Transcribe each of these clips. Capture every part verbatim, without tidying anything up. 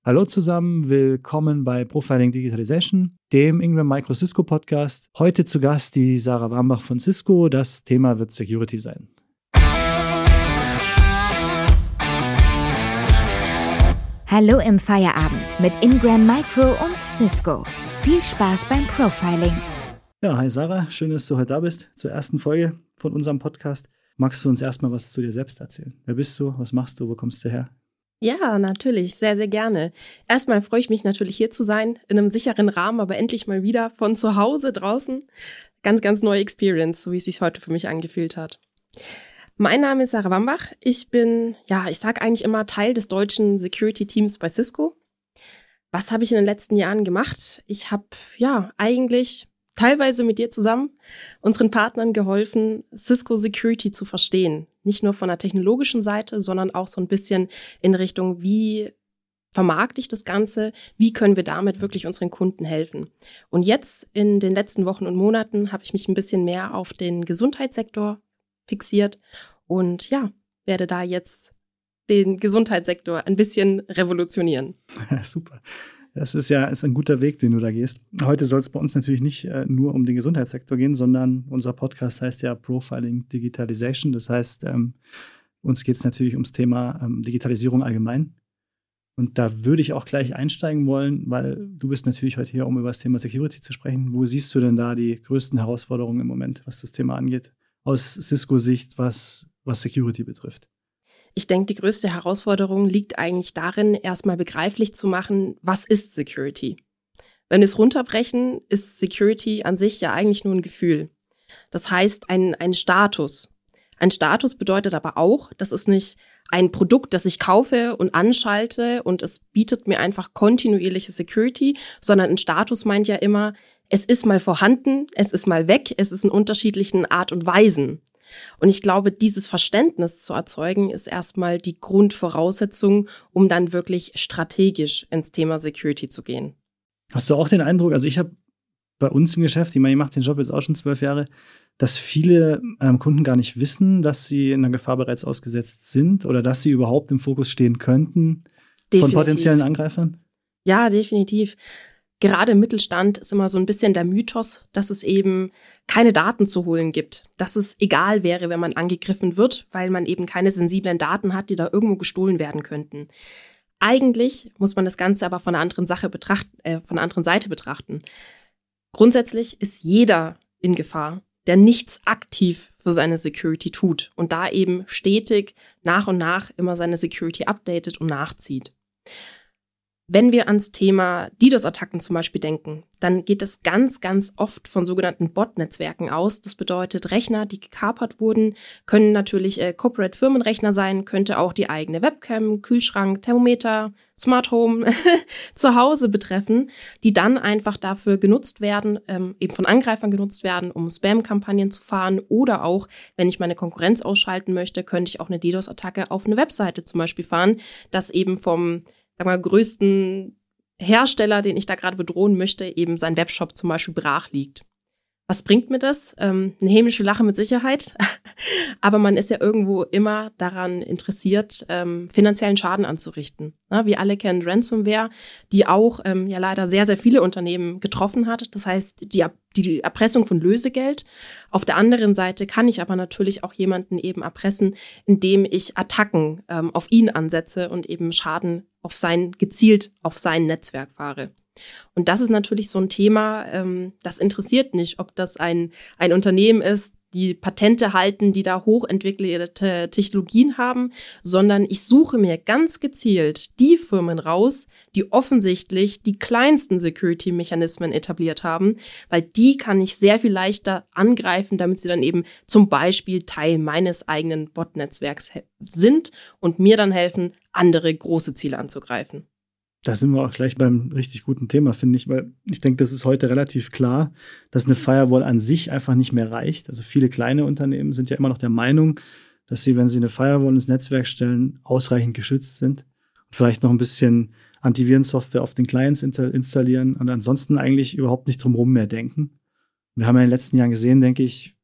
Hallo zusammen, willkommen bei Profiling Digitalization, dem Ingram Micro Cisco Podcast. Heute zu Gast die Sarah Wambach von Cisco. Das Thema wird Security sein. Hallo im Feierabend mit Ingram Micro und Cisco. Viel Spaß beim Profiling. Ja, hi Sarah, schön, dass du heute da bist zur ersten Folge von unserem Podcast. Magst du uns erstmal was zu dir selbst erzählen? Wer bist du? Was machst du? Wo kommst du her? Ja, natürlich, sehr, sehr gerne. Erstmal freue ich mich natürlich, hier zu sein, in einem sicheren Rahmen, aber endlich mal wieder von zu Hause draußen. Ganz, ganz neue Experience, so wie es sich heute für mich angefühlt hat. Mein Name ist Sarah Wambach. Ich bin, ja, ich sage eigentlich immer Teil des deutschen Security-Teams bei Cisco. Was habe ich in den letzten Jahren gemacht? Ich habe, ja, eigentlich teilweise mit dir zusammen unseren Partnern geholfen, Cisco Security zu verstehen. Nicht nur von der technologischen Seite, sondern auch so ein bisschen in Richtung, wie vermarkte ich das Ganze, wie können wir damit wirklich unseren Kunden helfen. Und jetzt in den letzten Wochen und Monaten habe ich mich ein bisschen mehr auf den Gesundheitssektor fixiert und ja, werde da jetzt den Gesundheitssektor ein bisschen revolutionieren. Super. Das ist ja ist ein guter Weg, den du da gehst. Heute soll es bei uns natürlich nicht äh, nur um den Gesundheitssektor gehen, sondern unser Podcast heißt ja Profiling Digitalization. Das heißt, ähm, uns geht es natürlich ums Thema ähm, Digitalisierung allgemein. Und da würde ich auch gleich einsteigen wollen, weil du bist natürlich heute hier, um über das Thema Security zu sprechen. Wo siehst du denn da die größten Herausforderungen im Moment, was das Thema angeht, aus Cisco-Sicht, was, was Security betrifft? Ich denke, die größte Herausforderung liegt eigentlich darin, erstmal begreiflich zu machen, was ist Security? Wenn wir es runterbrechen, ist Security an sich ja eigentlich nur ein Gefühl. Das heißt, ein, ein Status. Ein Status bedeutet aber auch, das ist nicht ein Produkt, das ich kaufe und anschalte und es bietet mir einfach kontinuierliche Security, sondern ein Status meint ja immer, es ist mal vorhanden, es ist mal weg, es ist in unterschiedlichen Art und Weisen. Und ich glaube, dieses Verständnis zu erzeugen, ist erstmal die Grundvoraussetzung, um dann wirklich strategisch ins Thema Security zu gehen. Hast du auch den Eindruck, also ich habe bei uns im Geschäft, ich meine, ich mache den Job jetzt auch schon zwölf Jahre, dass viele ähm, Kunden gar nicht wissen, dass sie in einer Gefahr bereits ausgesetzt sind oder dass sie überhaupt im Fokus stehen könnten Definitiv. Von potenziellen Angreifern? Ja, definitiv. Gerade im Mittelstand ist immer so ein bisschen der Mythos, dass es eben keine Daten zu holen gibt. Dass es egal wäre, wenn man angegriffen wird, weil man eben keine sensiblen Daten hat, die da irgendwo gestohlen werden könnten. Eigentlich muss man das Ganze aber von einer anderen Sache betrachten, äh, von einer anderen Seite betrachten. Grundsätzlich ist jeder in Gefahr, der nichts aktiv für seine Security tut und da eben stetig nach und nach immer seine Security updatet und nachzieht. Wenn wir ans Thema DDoS-Attacken zum Beispiel denken, dann geht es ganz, ganz oft von sogenannten Bot-Netzwerken aus. Das bedeutet, Rechner, die gekapert wurden, können natürlich äh, Corporate-Firmenrechner sein, könnte auch die eigene Webcam, Kühlschrank, Thermometer, Smart Home zu Hause betreffen, die dann einfach dafür genutzt werden, ähm, eben von Angreifern genutzt werden, um Spam-Kampagnen zu fahren oder auch, wenn ich meine Konkurrenz ausschalten möchte, könnte ich auch eine DDoS-Attacke auf eine Webseite zum Beispiel fahren, das eben vom sag mal, größten Hersteller, den ich da gerade bedrohen möchte, eben sein Webshop zum Beispiel brach liegt. Was bringt mir das? Ähm, eine hämische Lache mit Sicherheit. Aber man ist ja irgendwo immer daran interessiert, ähm, finanziellen Schaden anzurichten. Ja, wir alle kennen Ransomware, die auch ähm, ja leider sehr, sehr viele Unternehmen getroffen hat. Das heißt, die, die Erpressung von Lösegeld. Auf der anderen Seite kann ich aber natürlich auch jemanden eben erpressen, indem ich Attacken ähm, auf ihn ansetze und eben Schaden auf sein, gezielt auf sein Netzwerk fahre. Und das ist natürlich so ein Thema, ähm, das interessiert nicht, ob das ein, ein Unternehmen ist, die Patente halten, die da hochentwickelte Technologien haben, sondern ich suche mir ganz gezielt die Firmen raus, die offensichtlich die kleinsten Security-Mechanismen etabliert haben, weil die kann ich sehr viel leichter angreifen, damit sie dann eben zum Beispiel Teil meines eigenen Bot-Netzwerks sind und mir dann helfen, andere große Ziele anzugreifen. Da sind wir auch gleich beim richtig guten Thema, finde ich, weil ich denke, das ist heute relativ klar, dass eine Firewall an sich einfach nicht mehr reicht. Also viele kleine Unternehmen sind ja immer noch der Meinung, dass sie, wenn sie eine Firewall ins Netzwerk stellen, ausreichend geschützt sind und vielleicht noch ein bisschen Antivirensoftware auf den Clients installieren und ansonsten eigentlich überhaupt nicht drumherum mehr denken. Wir haben ja in den letzten Jahren gesehen, denke ich,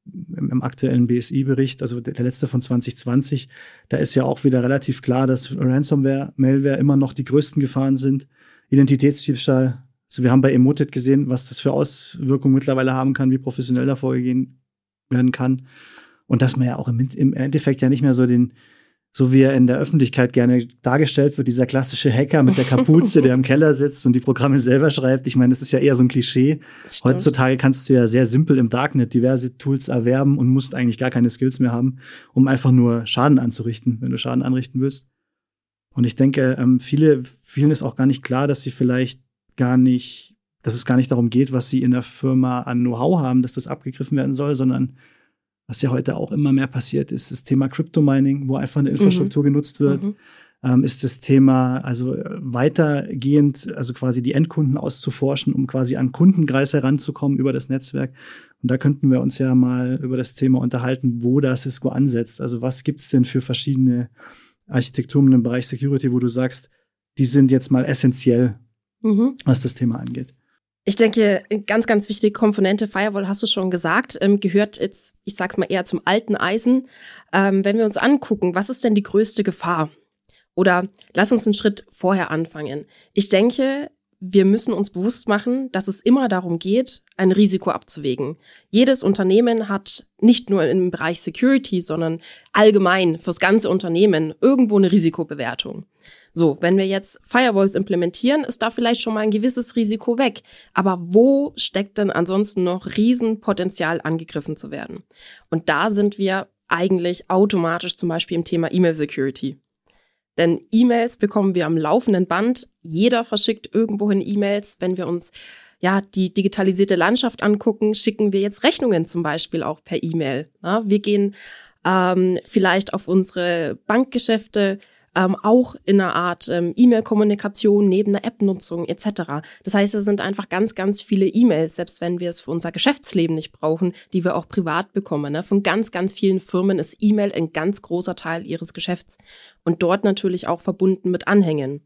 im, im aktuellen B S I-Bericht, also der, der letzte von zwanzig zwanzig, da ist ja auch wieder relativ klar, dass Ransomware, Malware immer noch die größten Gefahren sind. Identitätsdiebstahl. Also wir haben bei Emotet gesehen, was das für Auswirkungen mittlerweile haben kann, wie professionell da vorgehen werden kann. Und dass man ja auch im, im Endeffekt ja nicht mehr so den, so wie er in der Öffentlichkeit gerne dargestellt wird, dieser klassische Hacker mit der Kapuze, der im Keller sitzt und die Programme selber schreibt. Ich meine, das ist ja eher so ein Klischee. Stimmt. Heutzutage kannst du ja sehr simpel im Darknet diverse Tools erwerben und musst eigentlich gar keine Skills mehr haben, um einfach nur Schaden anzurichten, wenn du Schaden anrichten willst. Und ich denke, viele, vielen ist auch gar nicht klar, dass sie vielleicht gar nicht, dass es gar nicht darum geht, was sie in der Firma an Know-how haben, dass das abgegriffen werden soll, sondern was ja heute auch immer mehr passiert, ist das Thema Crypto-Mining, wo einfach eine Infrastruktur mhm. genutzt wird. Mhm. Ähm, ist das Thema, also weitergehend, also quasi die Endkunden auszuforschen, um quasi an Kundenkreis heranzukommen über das Netzwerk. Und da könnten wir uns ja mal über das Thema unterhalten, wo da Cisco ansetzt. Also was gibt's denn für verschiedene Architekturen im Bereich Security, wo du sagst, die sind jetzt mal essentiell, mhm. was das Thema angeht? Ich denke, ganz, ganz wichtige Komponente, Firewall hast du schon gesagt, ähm, gehört jetzt, ich sag's mal eher zum alten Eisen. Ähm, wenn wir uns angucken, was ist denn die größte Gefahr? Oder lass uns einen Schritt vorher anfangen. Ich denke, wir müssen uns bewusst machen, dass es immer darum geht, ein Risiko abzuwägen. Jedes Unternehmen hat nicht nur im Bereich Security, sondern allgemein fürs ganze Unternehmen irgendwo eine Risikobewertung. So, wenn wir jetzt Firewalls implementieren, ist da vielleicht schon mal ein gewisses Risiko weg. Aber wo steckt denn ansonsten noch Riesenpotenzial, angegriffen zu werden? Und da sind wir eigentlich automatisch zum Beispiel im Thema E-Mail-Security. Denn E-Mails bekommen wir am laufenden Band. Jeder verschickt irgendwohin E-Mails. Wenn wir uns ja die digitalisierte Landschaft angucken, schicken wir jetzt Rechnungen zum Beispiel auch per E-Mail. Ja, wir gehen ähm, vielleicht auf unsere Bankgeschäfte ähm, auch in einer Art ähm, E-Mail-Kommunikation neben einer App-Nutzung et cetera. Das heißt, es sind einfach ganz, ganz viele E-Mails, selbst wenn wir es für unser Geschäftsleben nicht brauchen, die wir auch privat bekommen. Ne? Von ganz, ganz vielen Firmen ist E-Mail ein ganz großer Teil ihres Geschäfts und dort natürlich auch verbunden mit Anhängen.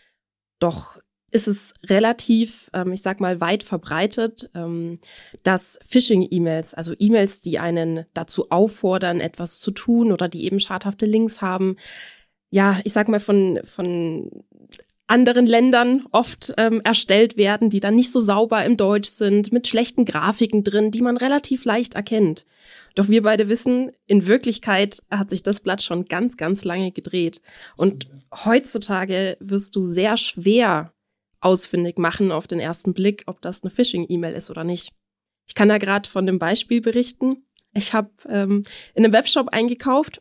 Doch ist es relativ, ähm, ich sag mal, weit verbreitet, ähm, dass Phishing-E-Mails, also E-Mails, die einen dazu auffordern, etwas zu tun oder die eben schadhafte Links haben, ja, ich sag mal, von von anderen Ländern oft ähm, erstellt werden, die dann nicht so sauber im Deutsch sind, mit schlechten Grafiken drin, die man relativ leicht erkennt. Doch wir beide wissen, in Wirklichkeit hat sich das Blatt schon ganz, ganz lange gedreht. Und heutzutage wirst du sehr schwer ausfindig machen auf den ersten Blick, ob das eine Phishing-E-Mail ist oder nicht. Ich kann da gerade von dem Beispiel berichten. Ich habe ähm, in einem Webshop eingekauft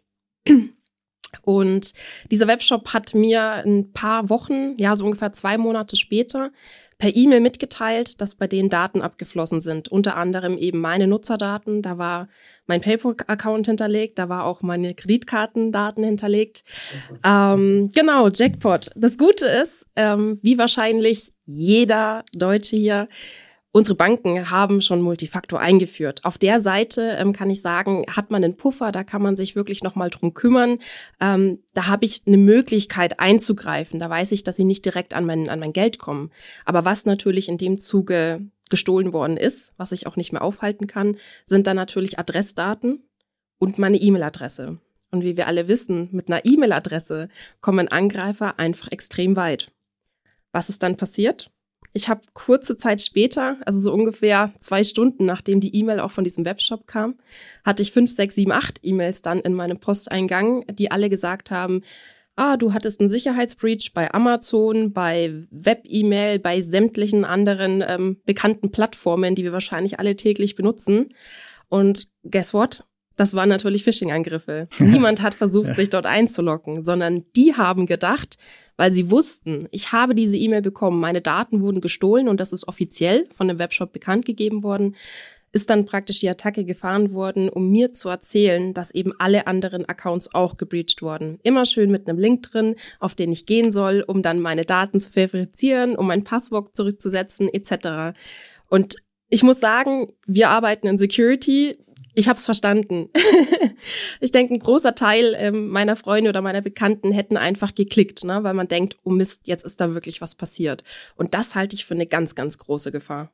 und dieser Webshop hat mir ein paar Wochen, ja so ungefähr zwei Monate später, per E-Mail mitgeteilt, dass bei denen Daten abgeflossen sind. Unter anderem eben meine Nutzerdaten, da war mein PayPal-Account hinterlegt, da war auch meine Kreditkartendaten hinterlegt. Ähm, genau, Jackpot. Das Gute ist, ähm, wie wahrscheinlich jeder Deutsche hier, unsere Banken haben schon Multifaktor eingeführt. Auf der Seite ähm, kann ich sagen, hat man einen Puffer, da kann man sich wirklich nochmal drum kümmern. Ähm, da habe ich eine Möglichkeit einzugreifen. Da weiß ich, dass sie nicht direkt an mein, an mein Geld kommen. Aber was natürlich in dem Zuge gestohlen worden ist, was ich auch nicht mehr aufhalten kann, sind dann natürlich Adressdaten und meine E-Mail-Adresse. Und wie wir alle wissen, mit einer E-Mail-Adresse kommen Angreifer einfach extrem weit. Was ist dann passiert? Ich habe kurze Zeit später, also so ungefähr zwei Stunden, nachdem die E-Mail auch von diesem Webshop kam, hatte ich fünf, sechs, sieben, acht E-Mails dann in meinem Posteingang, die alle gesagt haben, ah, du hattest einen Sicherheitsbreach bei Amazon, bei Web-E-Mail, bei sämtlichen anderen ähm, bekannten Plattformen, die wir wahrscheinlich alle täglich benutzen. Und guess what? Das waren natürlich Phishing-Angriffe. Niemand hat versucht, sich dort einzuloggen, sondern die haben gedacht, weil sie wussten, ich habe diese E-Mail bekommen, meine Daten wurden gestohlen und das ist offiziell von dem Webshop bekannt gegeben worden, ist dann praktisch die Attacke gefahren worden, um mir zu erzählen, dass eben alle anderen Accounts auch gebreached wurden. Immer schön mit einem Link drin, auf den ich gehen soll, um dann meine Daten zu verifizieren, um mein Passwort zurückzusetzen et cetera. Und ich muss sagen, wir arbeiten in Security. Ich habe es verstanden. Ich denke, ein großer Teil ähm, meiner Freunde oder meiner Bekannten hätten einfach geklickt, ne, weil man denkt, oh Mist, jetzt ist da wirklich was passiert. Und das halte ich für eine ganz, ganz große Gefahr.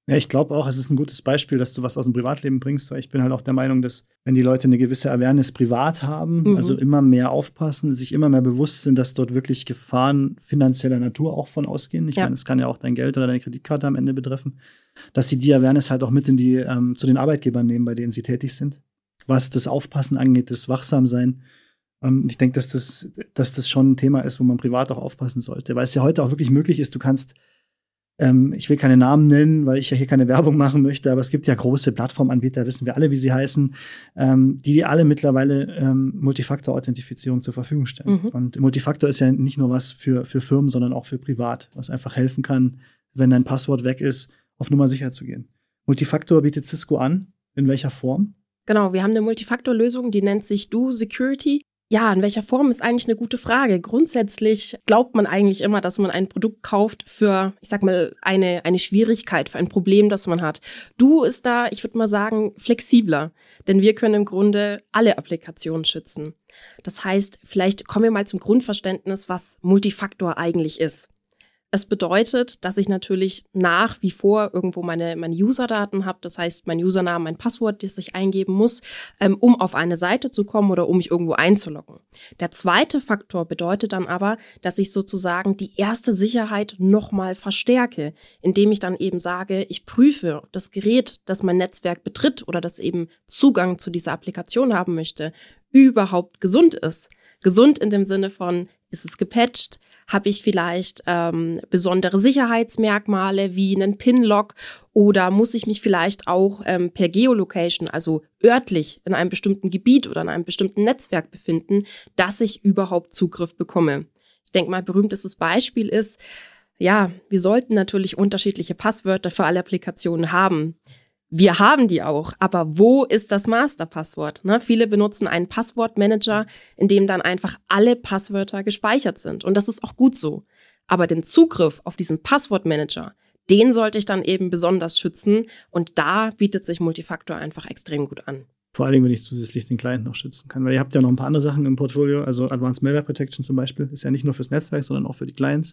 Ja, ich glaube auch, es ist ein gutes Beispiel, dass du was aus dem Privatleben bringst, weil ich bin halt auch der Meinung, dass wenn die Leute eine gewisse Awareness privat haben, mhm. also immer mehr aufpassen, sich immer mehr bewusst sind, dass dort wirklich Gefahren finanzieller Natur auch von ausgehen. Ich ja. meine, es kann ja auch dein Geld oder deine Kreditkarte am Ende betreffen, dass sie die Awareness halt auch mit in die ähm, zu den Arbeitgebern nehmen, bei denen sie tätig sind. Was das Aufpassen angeht, das Wachsamsein. Ähm, ich denke, dass das, dass das schon ein Thema ist, wo man privat auch aufpassen sollte, weil es ja heute auch wirklich möglich ist, du kannst ich will keine Namen nennen, weil ich ja hier keine Werbung machen möchte, aber es gibt ja große Plattformanbieter, wissen wir alle, wie sie heißen, ähm, die alle mittlerweile ähm, Multifaktor-Authentifizierung zur Verfügung stellen. Mhm. Und Multifaktor ist ja nicht nur was für, für Firmen, sondern auch für privat, was einfach helfen kann, wenn dein Passwort weg ist, auf Nummer sicher zu gehen. Multifaktor bietet Cisco an. In welcher Form? Genau, wir haben eine Multifaktor-Lösung, die nennt sich Do Security. Ja, in welcher Form ist eigentlich eine gute Frage. Grundsätzlich glaubt man eigentlich immer, dass man ein Produkt kauft für, ich sag mal, eine eine Schwierigkeit, für ein Problem, das man hat. Du ist da, ich würde mal sagen, flexibler, denn wir können im Grunde alle Applikationen schützen. Das heißt, vielleicht kommen wir mal zum Grundverständnis, was Multifaktor eigentlich ist. Es bedeutet, dass ich natürlich nach wie vor irgendwo meine, meine Userdaten habe, das heißt mein Username, mein Passwort, das ich eingeben muss, ähm, um auf eine Seite zu kommen oder um mich irgendwo einzuloggen. Der zweite Faktor bedeutet dann aber, dass ich sozusagen die erste Sicherheit nochmal verstärke, indem ich dann eben sage, ich prüfe das Gerät, das mein Netzwerk betritt oder das eben Zugang zu dieser Applikation haben möchte, überhaupt gesund ist. Gesund in dem Sinne von, ist es gepatcht? Habe ich vielleicht ähm, besondere Sicherheitsmerkmale wie einen Pin-Lock oder muss ich mich vielleicht auch ähm, per Geolocation, also örtlich in einem bestimmten Gebiet oder in einem bestimmten Netzwerk befinden, dass ich überhaupt Zugriff bekomme. Ich denke mal, berühmtestes Beispiel ist, ja, wir sollten natürlich unterschiedliche Passwörter für alle Applikationen haben. Wir haben die auch, aber wo ist das Masterpasswort? Ne? Viele benutzen einen Passwortmanager, in dem dann einfach alle Passwörter gespeichert sind. Und das ist auch gut so. Aber den Zugriff auf diesen Passwortmanager, den sollte ich dann eben besonders schützen. Und da bietet sich Multifaktor einfach extrem gut an. Vor allem, wenn ich zusätzlich den Client noch schützen kann. Weil ihr habt ja noch ein paar andere Sachen im Portfolio. Also Advanced Malware Protection zum Beispiel ist ja nicht nur fürs Netzwerk, sondern auch für die Clients.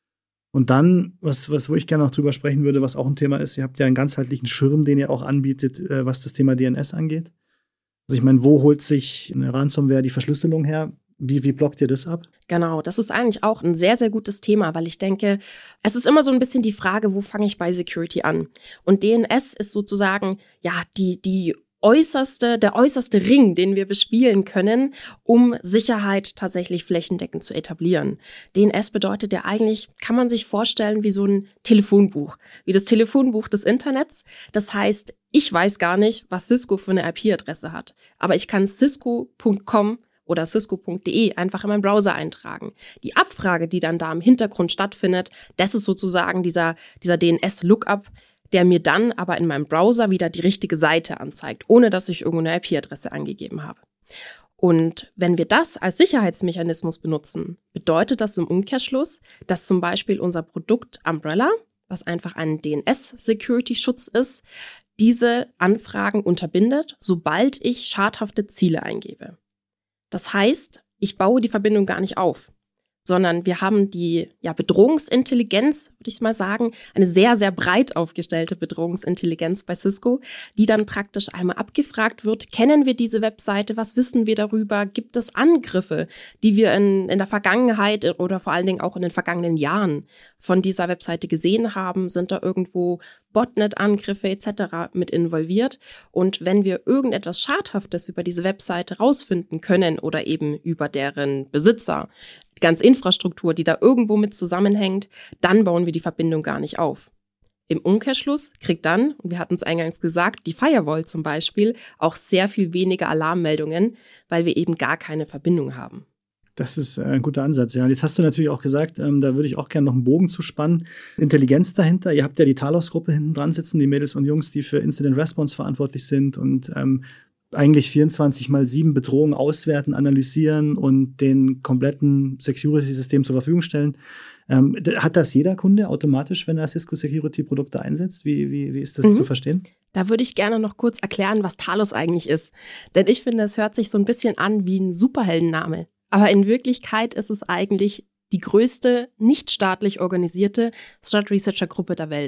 Und dann, was, was, wo ich gerne noch drüber sprechen würde, was auch ein Thema ist, ihr habt ja einen ganzheitlichen Schirm, den ihr auch anbietet, äh, was das Thema D N S angeht. Also ich meine, wo holt sich eine Ransomware die Verschlüsselung her? Wie, wie blockt ihr das ab? Genau, das ist eigentlich auch ein sehr, sehr gutes Thema, weil ich denke, es ist immer so ein bisschen die Frage, wo fange ich bei Security an? Und D N S ist sozusagen, ja, die, die äußerste, der äußerste Ring, den wir bespielen können, um Sicherheit tatsächlich flächendeckend zu etablieren. D N S bedeutet ja eigentlich, kann man sich vorstellen, wie so ein Telefonbuch, wie das Telefonbuch des Internets. Das heißt, ich weiß gar nicht, was Cisco für eine I P-Adresse hat, aber ich kann cisco punkt com oder cisco punkt de einfach in meinen Browser eintragen. Die Abfrage, die dann da im Hintergrund stattfindet, das ist sozusagen dieser, dieser D N S-Lookup, der mir dann aber in meinem Browser wieder die richtige Seite anzeigt, ohne dass ich irgendeine I P-Adresse angegeben habe. Und wenn wir das als Sicherheitsmechanismus benutzen, bedeutet das im Umkehrschluss, dass zum Beispiel unser Produkt Umbrella, was einfach ein D N S-Security-Schutz ist, diese Anfragen unterbindet, sobald ich schadhafte Ziele eingebe. Das heißt, ich baue die Verbindung gar nicht auf, sondern wir haben die ja, Bedrohungsintelligenz, würde ich mal sagen, eine sehr, sehr breit aufgestellte Bedrohungsintelligenz bei Cisco, die dann praktisch einmal abgefragt wird, kennen wir diese Webseite, was wissen wir darüber, gibt es Angriffe, die wir in, in der Vergangenheit oder vor allen Dingen auch in den vergangenen Jahren von dieser Webseite gesehen haben, sind da irgendwo Botnet-Angriffe et cetera mit involviert. Und wenn wir irgendetwas Schadhaftes über diese Webseite rausfinden können oder eben über deren Besitzer, die ganze Infrastruktur, die da irgendwo mit zusammenhängt, dann bauen wir die Verbindung gar nicht auf. Im Umkehrschluss kriegt dann, und wir hatten es eingangs gesagt, die Firewall zum Beispiel auch sehr viel weniger Alarmmeldungen, weil wir eben gar keine Verbindung haben. Das ist ein guter Ansatz, ja. Jetzt hast du natürlich auch gesagt, ähm, da würde ich auch gerne noch einen Bogen zuspannen. Intelligenz dahinter. Ihr habt ja die Talos-Gruppe hinten dran sitzen, die Mädels und Jungs, die für Incident Response verantwortlich sind und ähm, eigentlich vierundzwanzig mal sieben Bedrohungen auswerten, analysieren und den kompletten Security-System zur Verfügung stellen. Ähm, hat das jeder Kunde automatisch, wenn er Cisco Security-Produkte einsetzt? Wie, wie, wie ist das mhm. zu verstehen? Da würde ich gerne noch kurz erklären, was Talos eigentlich ist. Denn ich finde, es hört sich so ein bisschen an wie ein Superheldenname. Aber in Wirklichkeit ist es eigentlich die größte nicht staatlich organisierte Threat Researcher Gruppe der Welt.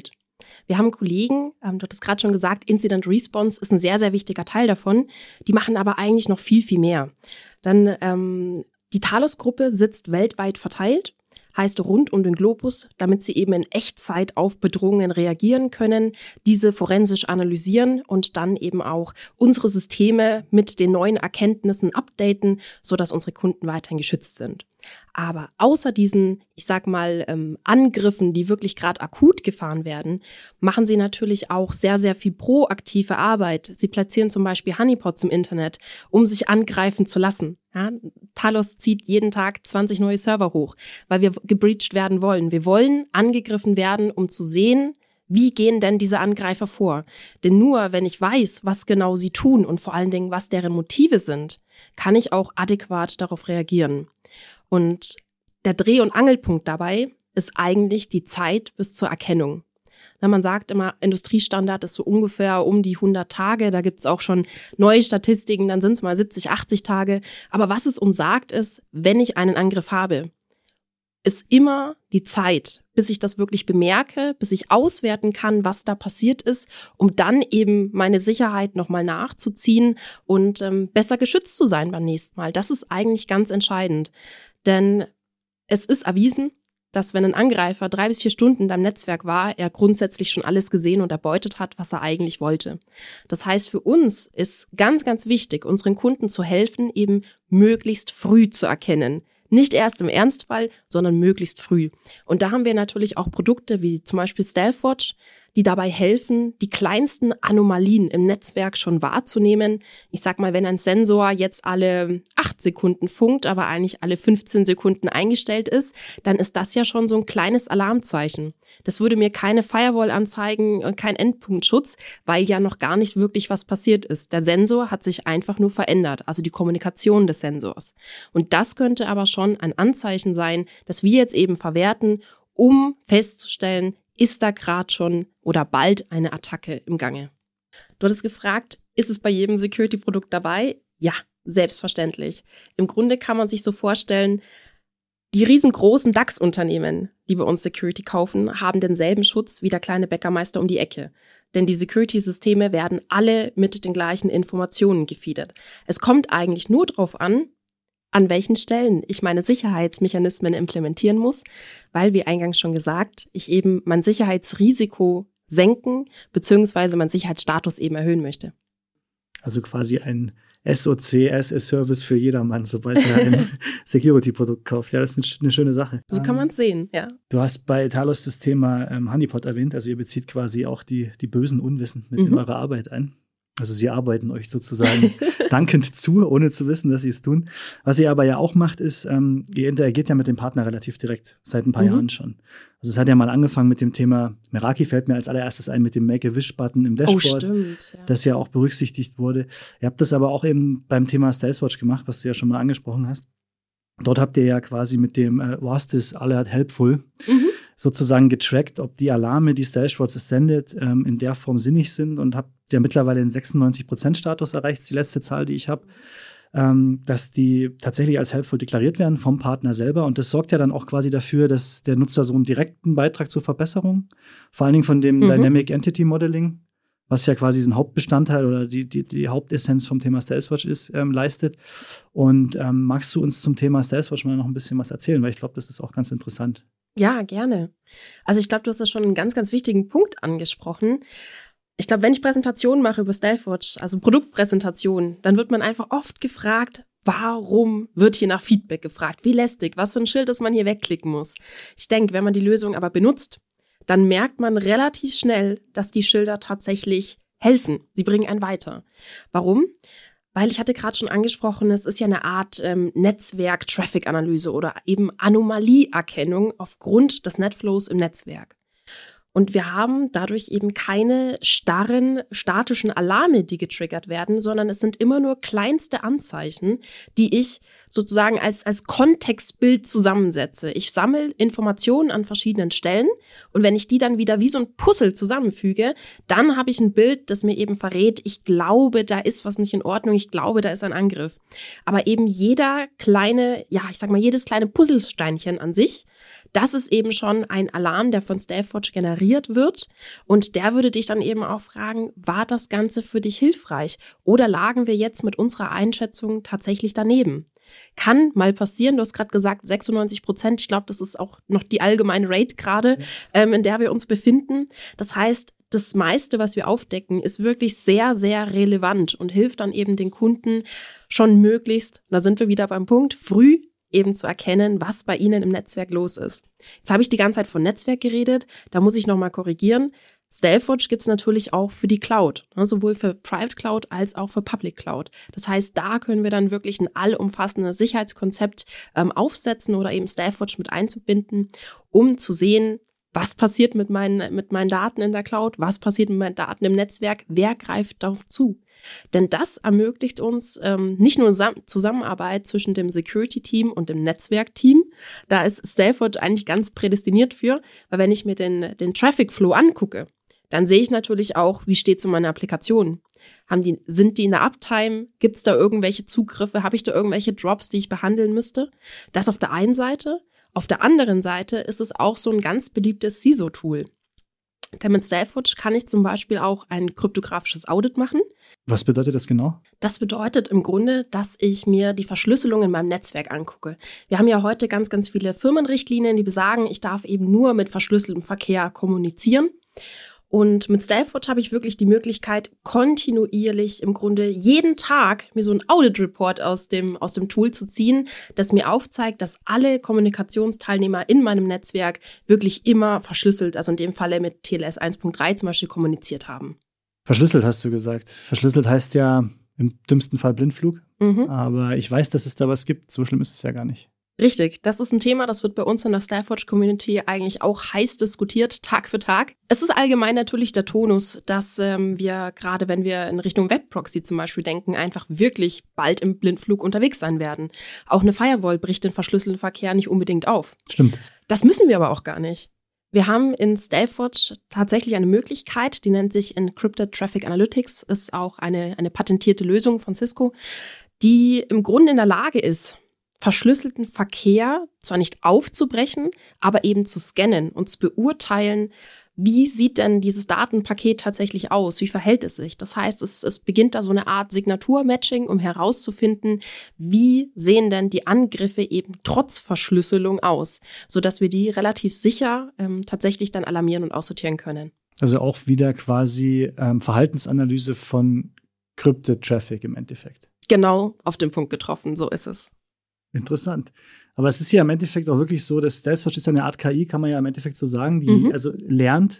wir haben Kollegen, ähm, du hattest gerade schon gesagt, Incident Response ist ein sehr, sehr wichtiger Teil davon. Die machen aber eigentlich noch viel, viel mehr. Dann ähm, die Talos-Gruppe sitzt weltweit verteilt, heißt rund um den Globus, damit sie eben in Echtzeit auf Bedrohungen reagieren können, diese forensisch analysieren und dann eben auch unsere Systeme mit den neuen Erkenntnissen updaten, sodass unsere Kunden weiterhin geschützt sind. Aber außer diesen, ich sag mal, ähm, Angriffen, die wirklich gerade akut gefahren werden, machen sie natürlich auch sehr, sehr viel proaktive Arbeit. Sie platzieren zum Beispiel Honeypots im Internet, um sich angreifen zu lassen. Ja, Talos zieht jeden Tag zwanzig neue Server hoch, weil wir gebreached werden wollen. Wir wollen angegriffen werden, um zu sehen, wie gehen denn diese Angreifer vor? Denn nur wenn ich weiß, was genau sie tun und vor allen Dingen, was deren Motive sind, kann ich auch adäquat darauf reagieren. Und der Dreh- und Angelpunkt dabei ist eigentlich die Zeit bis zur Erkennung. Na, man sagt immer, Industriestandard ist so ungefähr um die hundert Tage. Da gibt's auch schon neue Statistiken, dann sind es mal siebzig, achtzig Tage. Aber was es uns sagt ist, wenn ich einen Angriff habe, ist immer die Zeit, bis ich das wirklich bemerke, bis ich auswerten kann, was da passiert ist, um dann eben meine Sicherheit nochmal nachzuziehen und ähm, besser geschützt zu sein beim nächsten Mal. Das ist eigentlich ganz entscheidend. Denn es ist erwiesen, dass wenn ein Angreifer drei bis vier Stunden in deinem Netzwerk war, er grundsätzlich schon alles gesehen und erbeutet hat, was er eigentlich wollte. Das heißt, für uns ist ganz, ganz wichtig, unseren Kunden zu helfen, eben möglichst früh zu erkennen. Nicht erst im Ernstfall, sondern möglichst früh. Und da haben wir natürlich auch Produkte wie zum Beispiel Stealthwatch, die dabei helfen, die kleinsten Anomalien im Netzwerk schon wahrzunehmen. Ich sag mal, wenn ein Sensor jetzt alle acht Sekunden funkt, aber eigentlich alle fünfzehn Sekunden eingestellt ist, dann ist das ja schon so ein kleines Alarmzeichen. Das würde mir keine Firewall anzeigen, kein Endpunktschutz, weil ja noch gar nicht wirklich was passiert ist. Der Sensor hat sich einfach nur verändert, also die Kommunikation des Sensors. Und das könnte aber schon ein Anzeichen sein, dass wir jetzt eben verwerten, um festzustellen, ist da gerade schon oder bald eine Attacke im Gange. Du hattest gefragt, ist es bei jedem Security-Produkt dabei? Ja, selbstverständlich. Im Grunde kann man sich so vorstellen, die riesengroßen DAX-Unternehmen, die bei uns Security kaufen, haben denselben Schutz wie der kleine Bäckermeister um die Ecke. Denn die Security-Systeme werden alle mit den gleichen Informationen gefeedet. Es kommt eigentlich nur darauf an, an welchen Stellen ich meine Sicherheitsmechanismen implementieren muss, weil, wie eingangs schon gesagt, ich eben mein Sicherheitsrisiko senken bzw. meinen Sicherheitsstatus eben erhöhen möchte. Also quasi ein S O C, as a Service für jedermann, sobald er ein Security-Produkt kauft. Ja, das ist eine schöne Sache. So kann man es sehen, ja. Du hast bei Talos das Thema ähm, Honeypot erwähnt, also ihr bezieht quasi auch die, die bösen Unwissen mit mhm. in eure Arbeit ein. Also sie arbeiten euch sozusagen dankend zu, ohne zu wissen, dass sie es tun. Was ihr aber ja auch macht, ist, ähm, ihr interagiert ja mit dem Partner relativ direkt, seit ein paar mhm. Jahren schon. Also es hat ja mal angefangen mit dem Thema, Meraki fällt mir als allererstes ein, mit dem Make-A-Wish-Button im Dashboard, oh, stimmt, ja. das ja auch berücksichtigt wurde. Ihr habt das aber auch eben beim Thema Stealthwatch gemacht, was du ja schon mal angesprochen hast. Dort habt ihr ja quasi mit dem äh, Was this alert helpful mhm. sozusagen getrackt, ob die Alarme, die Stealthwatch sendet, ähm, in der Form sinnig sind und habt ja mittlerweile einen sechsundneunzig Prozent Status erreicht, die letzte Zahl, die ich habe, ähm, dass die tatsächlich als helpful deklariert werden vom Partner selber. Und das sorgt ja dann auch quasi dafür, dass der Nutzer so einen direkten Beitrag zur Verbesserung, vor allen Dingen von dem mhm. Dynamic Entity Modeling, was ja quasi ein Hauptbestandteil oder die, die, die Hauptessenz vom Thema Stealthwatch ist, ähm, leistet. Und ähm, magst du uns zum Thema Stealthwatch mal noch ein bisschen was erzählen? Weil ich glaube, das ist auch ganz interessant. Ja, gerne. Also ich glaube, du hast ja schon einen ganz, ganz wichtigen Punkt angesprochen. Ich glaube, wenn ich Präsentationen mache über Stealthwatch, also Produktpräsentationen, dann wird man einfach oft gefragt, warum wird hier nach Feedback gefragt? Wie lästig? Was für ein Schild, das man hier wegklicken muss? Ich denke, wenn man die Lösung aber benutzt, dann merkt man relativ schnell, dass die Schilder tatsächlich helfen. Sie bringen einen weiter. Warum? Weil ich hatte gerade schon angesprochen, es ist ja eine Art ähm, Netzwerk-Traffic-Analyse oder eben Anomalieerkennung aufgrund des Netflows im Netzwerk. Und wir haben dadurch eben keine starren, statischen Alarme, die getriggert werden, sondern es sind immer nur kleinste Anzeichen, die ich sozusagen als, als Kontextbild zusammensetze. Ich sammle Informationen an verschiedenen Stellen und wenn ich die dann wieder wie so ein Puzzle zusammenfüge, dann habe ich ein Bild, das mir eben verrät, ich glaube, da ist was nicht in Ordnung, ich glaube, da ist ein Angriff. Aber eben jeder kleine, ja, ich sag mal, jedes kleine Puzzlesteinchen an sich, Das ist eben schon ein Alarm, der von StealthWatch generiert wird und der würde dich dann eben auch fragen, war das Ganze für dich hilfreich oder lagen wir jetzt mit unserer Einschätzung tatsächlich daneben? Kann mal passieren, du hast gerade gesagt sechsundneunzig Prozent, ich glaube, das ist auch noch die allgemeine Rate gerade, ähm, in der wir uns befinden. Das heißt, das meiste, was wir aufdecken, ist wirklich sehr, sehr relevant und hilft dann eben den Kunden schon möglichst, da sind wir wieder beim Punkt, früh eben zu erkennen, was bei ihnen im Netzwerk los ist. Jetzt habe ich die ganze Zeit von Netzwerk geredet, da muss ich nochmal korrigieren. StealthWatch gibt es natürlich auch für die Cloud, ne, sowohl für Private Cloud als auch für Public Cloud. Das heißt, da können wir dann wirklich ein allumfassendes Sicherheitskonzept ähm, aufsetzen oder eben StealthWatch mit einzubinden, um zu sehen, was passiert mit meinen, mit meinen Daten in der Cloud, was passiert mit meinen Daten im Netzwerk, wer greift darauf zu. Denn das ermöglicht uns ähm, nicht nur Sam- Zusammenarbeit zwischen dem Security-Team und dem Netzwerk-Team. Da ist StealthWatch eigentlich ganz prädestiniert für, weil wenn ich mir den, den Traffic-Flow angucke, dann sehe ich natürlich auch, wie steht es um meine Applikation. Haben die, sind die in der Uptime? Gibt es da irgendwelche Zugriffe? Habe ich da irgendwelche Drops, die ich behandeln müsste? Das auf der einen Seite. Auf der anderen Seite ist es auch so ein ganz beliebtes C I S O-Tool. Denn mit StealthWatch kann ich zum Beispiel auch ein kryptografisches Audit machen. Was bedeutet das genau? Das bedeutet im Grunde, dass ich mir die Verschlüsselung in meinem Netzwerk angucke. Wir haben ja heute ganz, ganz viele Firmenrichtlinien, die besagen, ich darf eben nur mit verschlüsseltem Verkehr kommunizieren. Und mit StealthWatch habe ich wirklich die Möglichkeit, kontinuierlich im Grunde jeden Tag mir so ein Audit-Report aus dem, aus dem Tool zu ziehen, das mir aufzeigt, dass alle Kommunikationsteilnehmer in meinem Netzwerk wirklich immer verschlüsselt, also in dem Falle mit T L S eins Punkt drei zum Beispiel kommuniziert haben. Verschlüsselt hast du gesagt. Verschlüsselt heißt ja im dümmsten Fall Blindflug. Mhm. Aber ich weiß, dass es da was gibt. So schlimm ist es ja gar nicht. Richtig, das ist ein Thema, das wird bei uns in der StealthWatch-Community eigentlich auch heiß diskutiert, Tag für Tag. Es ist allgemein natürlich der Tonus, dass ähm, wir gerade, wenn wir in Richtung Webproxy zum Beispiel denken, einfach wirklich bald im Blindflug unterwegs sein werden. Auch eine Firewall bricht den verschlüsselten Verkehr nicht unbedingt auf. Stimmt. Das müssen wir aber auch gar nicht. Wir haben in StealthWatch tatsächlich eine Möglichkeit, die nennt sich Encrypted Traffic Analytics, ist auch eine, eine patentierte Lösung von Cisco, die im Grunde in der Lage ist, verschlüsselten Verkehr zwar nicht aufzubrechen, aber eben zu scannen und zu beurteilen, wie sieht denn dieses Datenpaket tatsächlich aus, wie verhält es sich. Das heißt, es, es beginnt da so eine Art Signaturmatching, um herauszufinden, wie sehen denn die Angriffe eben trotz Verschlüsselung aus, sodass wir die relativ sicher ähm, tatsächlich dann alarmieren und aussortieren können. Also auch wieder quasi ähm, Verhaltensanalyse von Crypted Traffic im Endeffekt. Genau auf den Punkt getroffen, so ist es. Interessant. Aber es ist ja im Endeffekt auch wirklich so, dass StealthWatch ist ja eine Art K I, kann man ja im Endeffekt so sagen, die mhm. also lernt.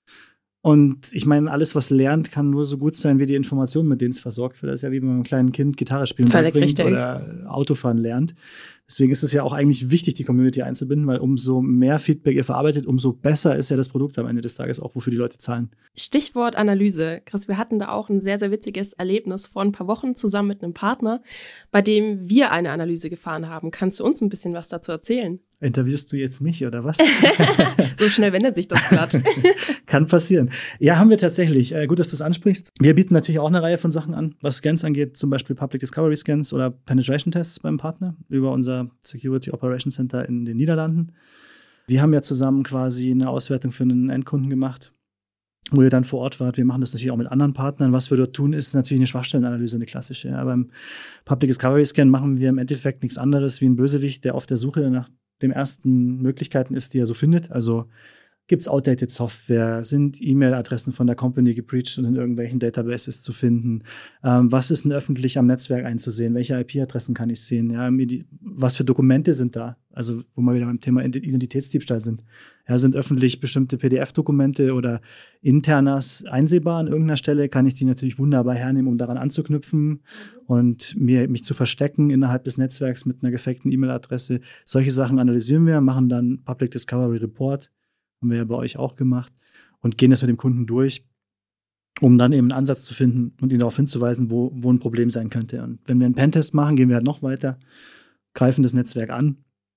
Und ich meine, alles, was lernt, kann nur so gut sein, wie die Informationen, mit denen es versorgt wird. Das ist ja wie wenn man einem kleinen Kind Gitarre spielen bringt oder Autofahren lernt. Deswegen ist es ja auch eigentlich wichtig, die Community einzubinden, weil umso mehr Feedback ihr verarbeitet, umso besser ist ja das Produkt am Ende des Tages auch, wofür die Leute zahlen. Stichwort Analyse. Chris, wir hatten da auch ein sehr, sehr witziges Erlebnis vor ein paar Wochen zusammen mit einem Partner, bei dem wir eine Analyse gefahren haben. Kannst du uns ein bisschen was dazu erzählen? Interviewst du jetzt mich oder was? So schnell wendet sich das Blatt. Kann passieren. Ja, haben wir tatsächlich. Äh, gut, dass du es ansprichst. Wir bieten natürlich auch eine Reihe von Sachen an, was Scans angeht, zum Beispiel Public Discovery Scans oder Penetration Tests beim Partner über unser Security Operations Center in den Niederlanden. Wir haben ja zusammen quasi eine Auswertung für einen Endkunden gemacht, wo ihr dann vor Ort wart. Wir machen das natürlich auch mit anderen Partnern. Was wir dort tun, ist natürlich eine Schwachstellenanalyse, eine klassische. Ja, beim Public Discovery Scan machen wir im Endeffekt nichts anderes wie ein Bösewicht, der auf der Suche nach den ersten Möglichkeiten ist, die er so findet. Also gibt es outdated Software, sind E-Mail-Adressen von der Company gebreached und in irgendwelchen Databases zu finden. Ähm, was ist denn öffentlich am Netzwerk einzusehen? Welche I P-Adressen kann ich sehen? Ja, was für Dokumente sind da? Also wo wir wieder beim Thema Identitätsdiebstahl sind. Ja, sind öffentlich bestimmte P D F-Dokumente oder internas einsehbar an irgendeiner Stelle, kann ich die natürlich wunderbar hernehmen, um daran anzuknüpfen und mir, mich zu verstecken innerhalb des Netzwerks mit einer gefakten E-Mail-Adresse. Solche Sachen analysieren wir, machen dann Public Discovery Report, haben wir ja bei euch auch gemacht, und gehen das mit dem Kunden durch, um dann eben einen Ansatz zu finden und ihn darauf hinzuweisen, wo, wo ein Problem sein könnte. Und wenn wir einen Pentest machen, gehen wir halt noch weiter, greifen das Netzwerk an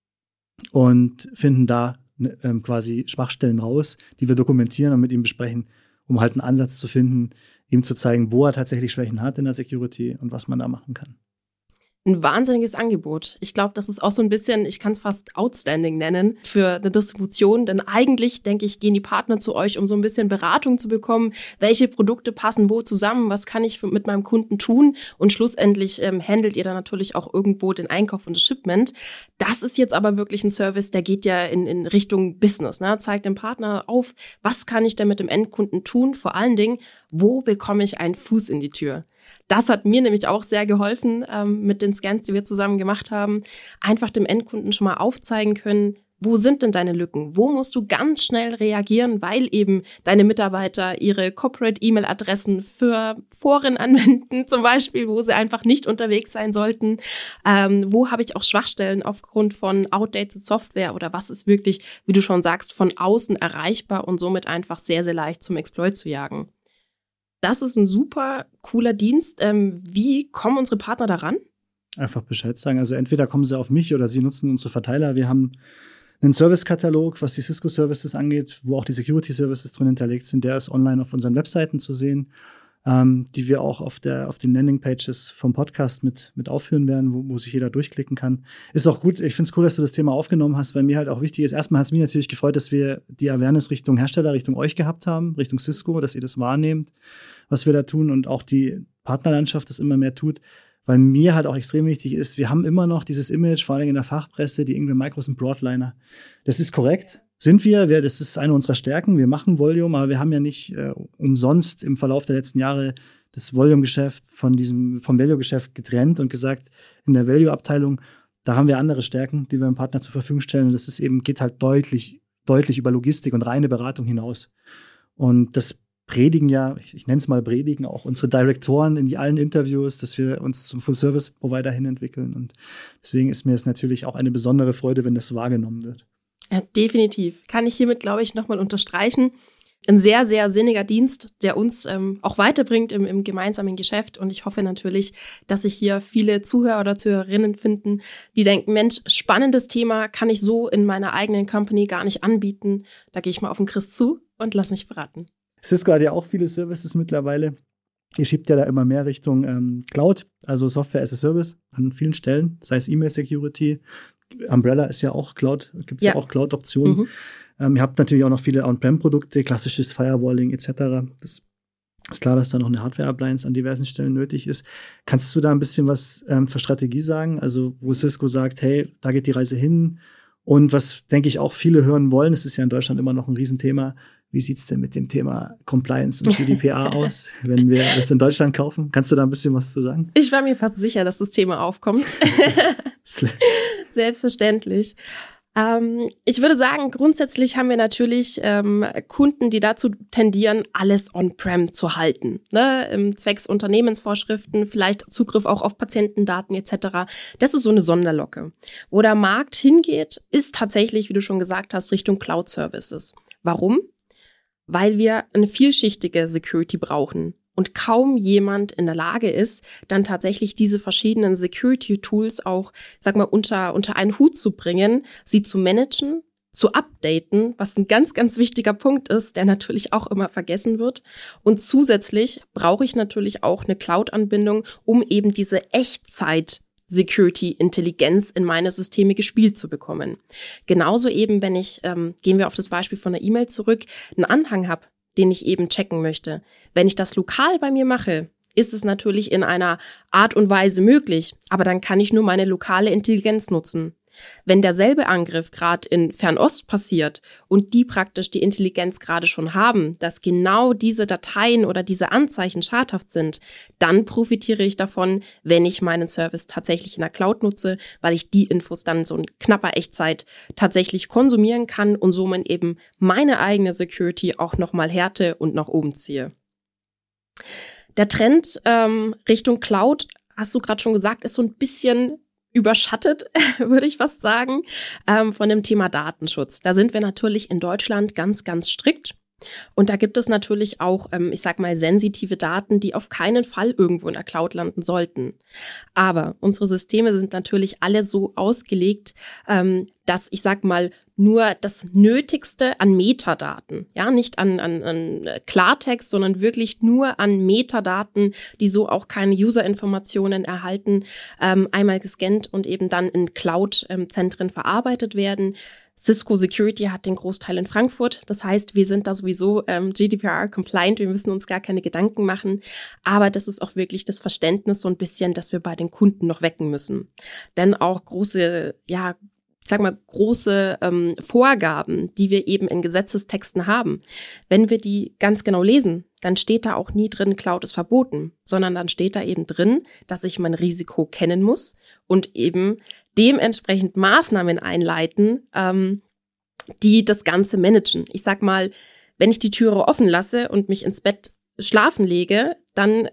und finden da ähm, quasi Schwachstellen raus, die wir dokumentieren und mit ihm besprechen, um halt einen Ansatz zu finden, ihm zu zeigen, wo er tatsächlich Schwächen hat in der Security und was man da machen kann. Ein wahnsinniges Angebot. Ich glaube, das ist auch so ein bisschen, ich kann es fast outstanding nennen, für eine Distribution. Denn eigentlich, denke ich, gehen die Partner zu euch, um so ein bisschen Beratung zu bekommen. Welche Produkte passen wo zusammen? Was kann ich mit meinem Kunden tun? Und schlussendlich ähm, handelt ihr dann natürlich auch irgendwo den Einkauf und das Shipment. Das ist jetzt aber wirklich ein Service, der geht ja in, in Richtung Business. Ne? Zeigt dem Partner auf, was kann ich denn mit dem Endkunden tun? Vor allen Dingen, wo bekomme ich einen Fuß in die Tür? Das hat mir nämlich auch sehr geholfen ähm, mit den Scans, die wir zusammen gemacht haben. Einfach dem Endkunden schon mal aufzeigen können, wo sind denn deine Lücken? Wo musst du ganz schnell reagieren, weil eben deine Mitarbeiter ihre Corporate-E-Mail-Adressen für Foren anwenden, zum Beispiel, wo sie einfach nicht unterwegs sein sollten. Ähm, wo habe ich auch Schwachstellen aufgrund von outdated Software oder was ist wirklich, wie du schon sagst, von außen erreichbar und somit einfach sehr, sehr leicht zum Exploit zu jagen. Das ist ein super cooler Dienst. Ähm, wie kommen unsere Partner daran? Einfach Bescheid sagen. Also entweder kommen sie auf mich oder sie nutzen unsere Verteiler. Wir haben einen Service-Katalog, was die Cisco-Services angeht, wo auch die Security-Services drin hinterlegt sind. Der ist online auf unseren Webseiten zu sehen, ähm, die wir auch auf, der, auf den Landing-Pages vom Podcast mit, mit aufführen werden, wo, wo sich jeder durchklicken kann. Ist auch gut. Ich finde es cool, dass du das Thema aufgenommen hast, weil mir halt auch wichtig ist. Erstmal hat es mich natürlich gefreut, dass wir die Awareness Richtung Hersteller, Richtung euch gehabt haben, Richtung Cisco, dass ihr das wahrnehmt, was wir da tun und auch die Partnerlandschaft das immer mehr tut. Weil mir halt auch extrem wichtig ist, wir haben immer noch dieses Image, vor allem in der Fachpresse, die Ingram Micro sind Broadliner. Das ist korrekt. Sind wir, wir, das ist eine unserer Stärken. Wir machen Volume, aber wir haben ja nicht äh, umsonst im Verlauf der letzten Jahre das Volume-Geschäft von diesem, vom Value-Geschäft getrennt und gesagt, in der Value-Abteilung, da haben wir andere Stärken, die wir dem Partner zur Verfügung stellen. Und das ist eben, geht halt deutlich, deutlich über Logistik und reine Beratung hinaus. Und das predigen ja, ich, ich nenne es mal predigen, auch unsere Direktoren in allen Interviews, dass wir uns zum Full-Service-Provider hin entwickeln. Und deswegen ist mir es natürlich auch eine besondere Freude, wenn das wahrgenommen wird. Ja, definitiv. Kann ich hiermit, glaube ich, nochmal unterstreichen. Ein sehr, sehr sinniger Dienst, der uns ähm, auch weiterbringt im, im gemeinsamen Geschäft. Und ich hoffe natürlich, dass sich hier viele Zuhörer oder Zuhörerinnen finden, die denken, Mensch, spannendes Thema, kann ich so in meiner eigenen Company gar nicht anbieten. Da gehe ich mal auf den Chris zu und lass mich beraten. Cisco hat ja auch viele Services mittlerweile. Ihr schiebt ja da immer mehr Richtung ähm, Cloud, also Software as a Service an vielen Stellen, sei es E-Mail-Security. Umbrella ist ja auch Cloud, gibt es ja. ja auch Cloud-Optionen. Mhm. Ähm, ihr habt natürlich auch noch viele On-Prem-Produkte, klassisches Firewalling et cetera. Das ist klar, dass da noch eine Hardware-Appliance an diversen Stellen nötig ist. Kannst du da ein bisschen was ähm, zur Strategie sagen? Also wo Cisco sagt, hey, da geht die Reise hin. Und was, denke ich, auch viele hören wollen, es ist ja in Deutschland immer noch ein Riesenthema, wie sieht's denn mit dem Thema Compliance und G D P R aus, wenn wir das in Deutschland kaufen? Kannst du da ein bisschen was zu sagen? Ich war mir fast sicher, dass das Thema aufkommt. Selbstverständlich. Ähm, ich würde sagen, grundsätzlich haben wir natürlich ähm, Kunden, die dazu tendieren, alles on-prem zu halten. Ne? Im Zwecks Unternehmensvorschriften, vielleicht Zugriff auch auf Patientendaten et cetera. Das ist so eine Sonderlocke. Wo der Markt hingeht, ist tatsächlich, wie du schon gesagt hast, Richtung Cloud-Services. Warum? Weil wir eine vielschichtige Security brauchen und kaum jemand in der Lage ist, dann tatsächlich diese verschiedenen Security-Tools auch, sag mal, unter, unter einen Hut zu bringen, sie zu managen, zu updaten, was ein ganz, ganz wichtiger Punkt ist, der natürlich auch immer vergessen wird. Und zusätzlich brauche ich natürlich auch eine Cloud-Anbindung, um eben diese Echtzeit Security-Intelligenz in meine Systeme gespielt zu bekommen. Genauso eben, wenn ich, ähm, gehen wir auf das Beispiel von der E-Mail zurück, einen Anhang habe, den ich eben checken möchte. Wenn ich das lokal bei mir mache, ist es natürlich in einer Art und Weise möglich, aber dann kann ich nur meine lokale Intelligenz nutzen. Wenn derselbe Angriff gerade in Fernost passiert und die praktisch die Intelligenz gerade schon haben, dass genau diese Dateien oder diese Anzeichen schadhaft sind, dann profitiere ich davon, wenn ich meinen Service tatsächlich in der Cloud nutze, weil ich die Infos dann so in knapper Echtzeit tatsächlich konsumieren kann und somit eben meine eigene Security auch nochmal härte und nach oben ziehe. Der Trend ähm, Richtung Cloud, hast du gerade schon gesagt, ist so ein bisschen überschattet, würde ich fast sagen, ähm, von dem Thema Datenschutz. Da sind wir natürlich in Deutschland ganz, ganz strikt. Und da gibt es natürlich auch, ähm, ich sag mal, sensitive Daten, die auf keinen Fall irgendwo in der Cloud landen sollten. Aber unsere Systeme sind natürlich alle so ausgelegt, ähm, dass, ich sag mal, nur das Nötigste an Metadaten, ja, nicht an, an, an Klartext, sondern wirklich nur an Metadaten, die so auch keine User-Informationen erhalten, ähm, einmal gescannt und eben dann in Cloud-Zentren verarbeitet werden. Cisco Security hat den Großteil in Frankfurt. Das heißt, wir sind da sowieso ähm, G D P R-compliant. Wir müssen uns gar keine Gedanken machen. Aber das ist auch wirklich das Verständnis so ein bisschen, dass wir bei den Kunden noch wecken müssen. Denn auch große, ja, ich sag mal, große ähm, Vorgaben, die wir eben in Gesetzestexten haben. Wenn wir die ganz genau lesen, dann steht da auch nie drin, Cloud ist verboten, sondern dann steht da eben drin, dass ich mein Risiko kennen muss und eben dementsprechend Maßnahmen einleiten, ähm, die das Ganze managen. Ich sag mal, wenn ich die Türe offen lasse und mich ins Bett schlafen lege, dann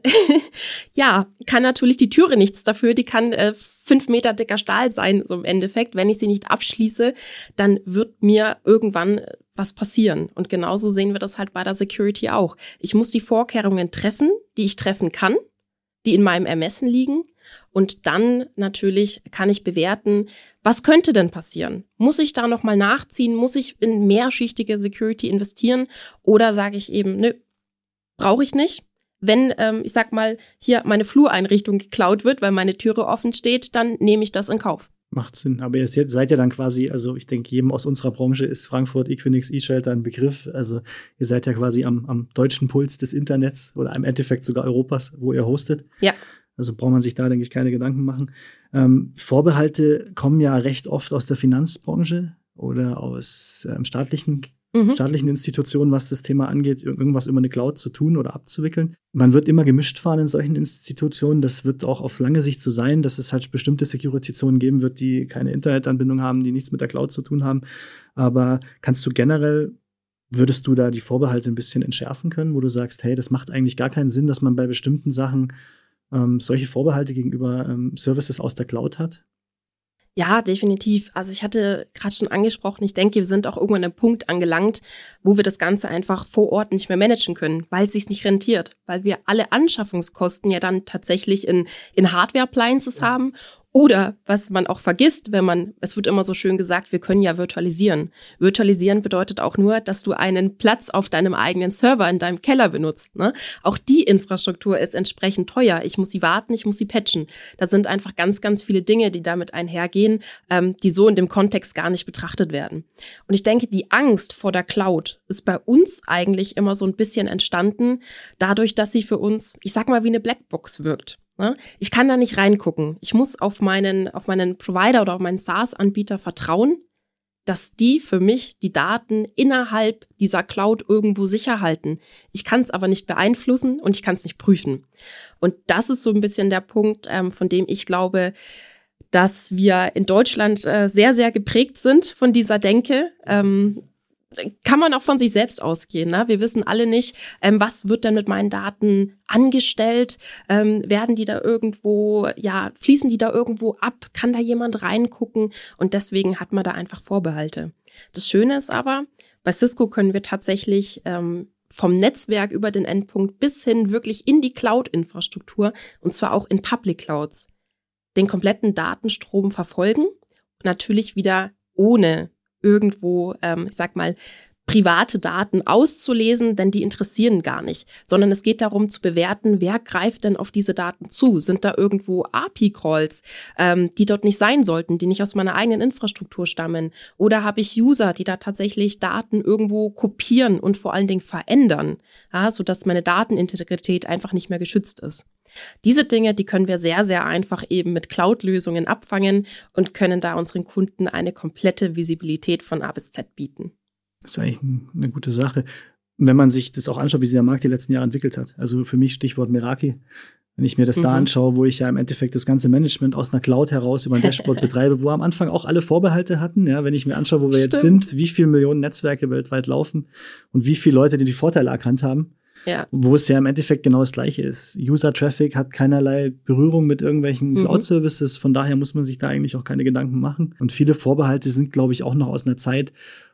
ja, kann natürlich die Türe nichts dafür. Die kann äh, fünf Meter dicker Stahl sein, so im Endeffekt. Wenn ich sie nicht abschließe, dann wird mir irgendwann was passieren. Und genauso sehen wir das halt bei der Security auch. Ich muss die Vorkehrungen treffen, die ich treffen kann, die in meinem Ermessen liegen. Und dann natürlich kann ich bewerten, was könnte denn passieren? Muss ich da nochmal nachziehen? Muss ich in mehrschichtige Security investieren? Oder sage ich eben, nö, brauche ich nicht. Wenn, ähm, ich sag mal, hier meine Flureinrichtung geklaut wird, weil meine Türe offen steht, dann nehme ich das in Kauf. Macht Sinn. Aber ihr seid ja dann quasi, also ich denke, jedem aus unserer Branche ist Frankfurt Equinix eShelter ein Begriff. Also ihr seid ja quasi am, am deutschen Puls des Internets oder im Endeffekt sogar Europas, wo ihr hostet. Ja. Also braucht man sich da, denke ich, keine Gedanken machen. Ähm, Vorbehalte kommen ja recht oft aus der Finanzbranche oder aus ähm, staatlichen Mhm. staatlichen Institutionen, was das Thema angeht, irgendwas über eine Cloud zu tun oder abzuwickeln. Man wird immer gemischt fahren in solchen Institutionen. Das wird auch auf lange Sicht so sein, dass es halt bestimmte Security-Zonen geben wird, die keine Internetanbindung haben, die nichts mit der Cloud zu tun haben. Aber kannst du generell, würdest du da die Vorbehalte ein bisschen entschärfen können, wo du sagst, hey, das macht eigentlich gar keinen Sinn, dass man bei bestimmten Sachen ähm, solche Vorbehalte gegenüber ähm, Services aus der Cloud hat? Ja, definitiv. Also ich hatte gerade schon angesprochen, ich denke, wir sind auch irgendwann an einem Punkt angelangt, wo wir das Ganze einfach vor Ort nicht mehr managen können, weil es sich nicht rentiert, weil wir alle Anschaffungskosten ja dann tatsächlich in, in Hardware-Appliances ja. haben. Oder was man auch vergisst, wenn man, es wird immer so schön gesagt, wir können ja virtualisieren. Virtualisieren bedeutet auch nur, dass du einen Platz auf deinem eigenen Server in deinem Keller benutzt. Ne? Auch die Infrastruktur ist entsprechend teuer. Ich muss sie warten, ich muss sie patchen. Da sind einfach ganz, ganz viele Dinge, die damit einhergehen, ähm, die so in dem Kontext gar nicht betrachtet werden. Und ich denke, die Angst vor der Cloud ist bei uns eigentlich immer so ein bisschen entstanden, dadurch, dass sie für uns, ich sag mal, wie eine Blackbox wirkt. Ich kann da nicht reingucken. Ich muss auf meinen, auf meinen Provider oder auf meinen SaaS-Anbieter vertrauen, dass die für mich die Daten innerhalb dieser Cloud irgendwo sicher halten. Ich kann es aber nicht beeinflussen und ich kann es nicht prüfen. Und das ist so ein bisschen der Punkt, ähm, von dem ich glaube, dass wir in Deutschland äh, sehr, sehr geprägt sind von dieser Denke. Ähm, kann man auch von sich selbst ausgehen. Ne? Wir wissen alle nicht, ähm, was wird denn mit meinen Daten angestellt? Ähm, werden die da irgendwo, ja, fließen die da irgendwo ab? Kann da jemand reingucken? Und deswegen hat man da einfach Vorbehalte. Das Schöne ist aber, bei Cisco können wir tatsächlich ähm, vom Netzwerk über den Endpunkt bis hin wirklich in die Cloud-Infrastruktur und zwar auch in Public Clouds den kompletten Datenstrom verfolgen. Natürlich wieder ohne irgendwo, ähm, ich sag mal, private Daten auszulesen, denn die interessieren gar nicht, sondern es geht darum zu bewerten, wer greift denn auf diese Daten zu? Sind da irgendwo A P I-Calls, ähm, die dort nicht sein sollten, die nicht aus meiner eigenen Infrastruktur stammen? Oder habe ich User, die da tatsächlich Daten irgendwo kopieren und vor allen Dingen verändern, ja, sodass meine Datenintegrität einfach nicht mehr geschützt ist? Diese Dinge, die können wir sehr, sehr einfach eben mit Cloud-Lösungen abfangen und können da unseren Kunden eine komplette Visibilität von A bis Z bieten. Das ist eigentlich eine gute Sache. Wenn man sich das auch anschaut, wie sich der Markt die letzten Jahre entwickelt hat. Also für mich Stichwort Meraki. Wenn ich mir das mhm. da anschaue, wo ich ja im Endeffekt das ganze Management aus einer Cloud heraus über ein Dashboard betreibe, wo am Anfang auch alle Vorbehalte hatten. Ja, wenn ich mir anschaue, wo wir Stimmt. jetzt sind, wie viele Millionen Netzwerke weltweit laufen und wie viele Leute, die die Vorteile erkannt haben. Ja. Wo es ja im Endeffekt genau das Gleiche ist. User-Traffic hat keinerlei Berührung mit irgendwelchen mhm. Cloud-Services, von daher muss man sich da eigentlich auch keine Gedanken machen. Und viele Vorbehalte sind, glaube ich, auch noch aus einer Zeit,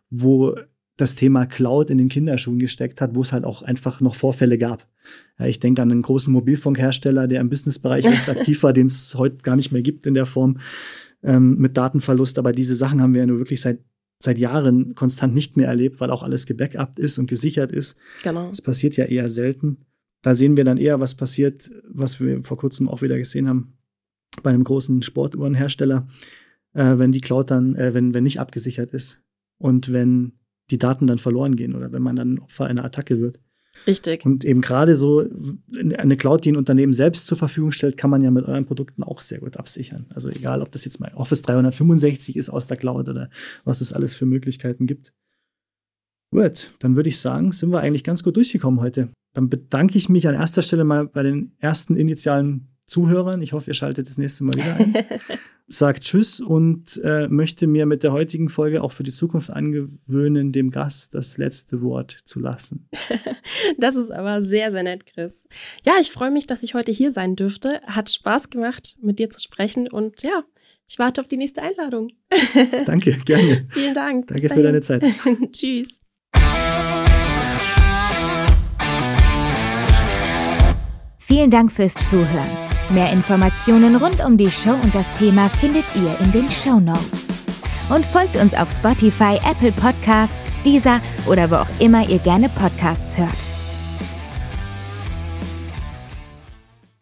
wo das Thema Cloud in den Kinderschuhen gesteckt hat, wo es halt auch einfach noch Vorfälle gab. Ja, ich denke an einen großen Mobilfunkhersteller, der im Businessbereich recht aktiv war, den es heute gar nicht mehr gibt in der Form, ähm, mit Datenverlust. Aber diese Sachen haben wir ja nur wirklich seit seit Jahren konstant nicht mehr erlebt, weil auch alles gebackupt ist und gesichert ist. Genau. Das passiert ja eher selten. Da sehen wir dann eher, was passiert, was wir vor kurzem auch wieder gesehen haben bei einem großen Sportuhrenhersteller, äh, wenn die Cloud dann, äh, wenn, wenn nicht abgesichert ist und wenn die Daten dann verloren gehen oder wenn man dann Opfer einer Attacke wird. Richtig. Und eben gerade so eine Cloud, die ein Unternehmen selbst zur Verfügung stellt, kann man ja mit euren Produkten auch sehr gut absichern. Also egal, ob das jetzt mal Office dreihundertfünfundsechzig ist aus der Cloud oder was es alles für Möglichkeiten gibt. Gut, dann würde ich sagen, sind wir eigentlich ganz gut durchgekommen heute. Dann bedanke ich mich an erster Stelle mal bei den ersten initialen Zuhörern. Ich hoffe, ihr schaltet das nächste Mal wieder ein. Sagt Tschüss und äh, möchte mir mit der heutigen Folge auch für die Zukunft angewöhnen, dem Gast das letzte Wort zu lassen. Das ist aber sehr, sehr nett, Chris. Ja, ich freue mich, dass ich heute hier sein dürfte. Hat Spaß gemacht, mit dir zu sprechen und ja, ich warte auf die nächste Einladung. Danke, gerne. Vielen Dank. Danke für deine Zeit. Tschüss. Vielen Dank fürs Zuhören. Mehr Informationen rund um die Show und das Thema findet ihr in den Shownotes. Und folgt uns auf Spotify, Apple Podcasts, Deezer oder wo auch immer ihr gerne Podcasts hört.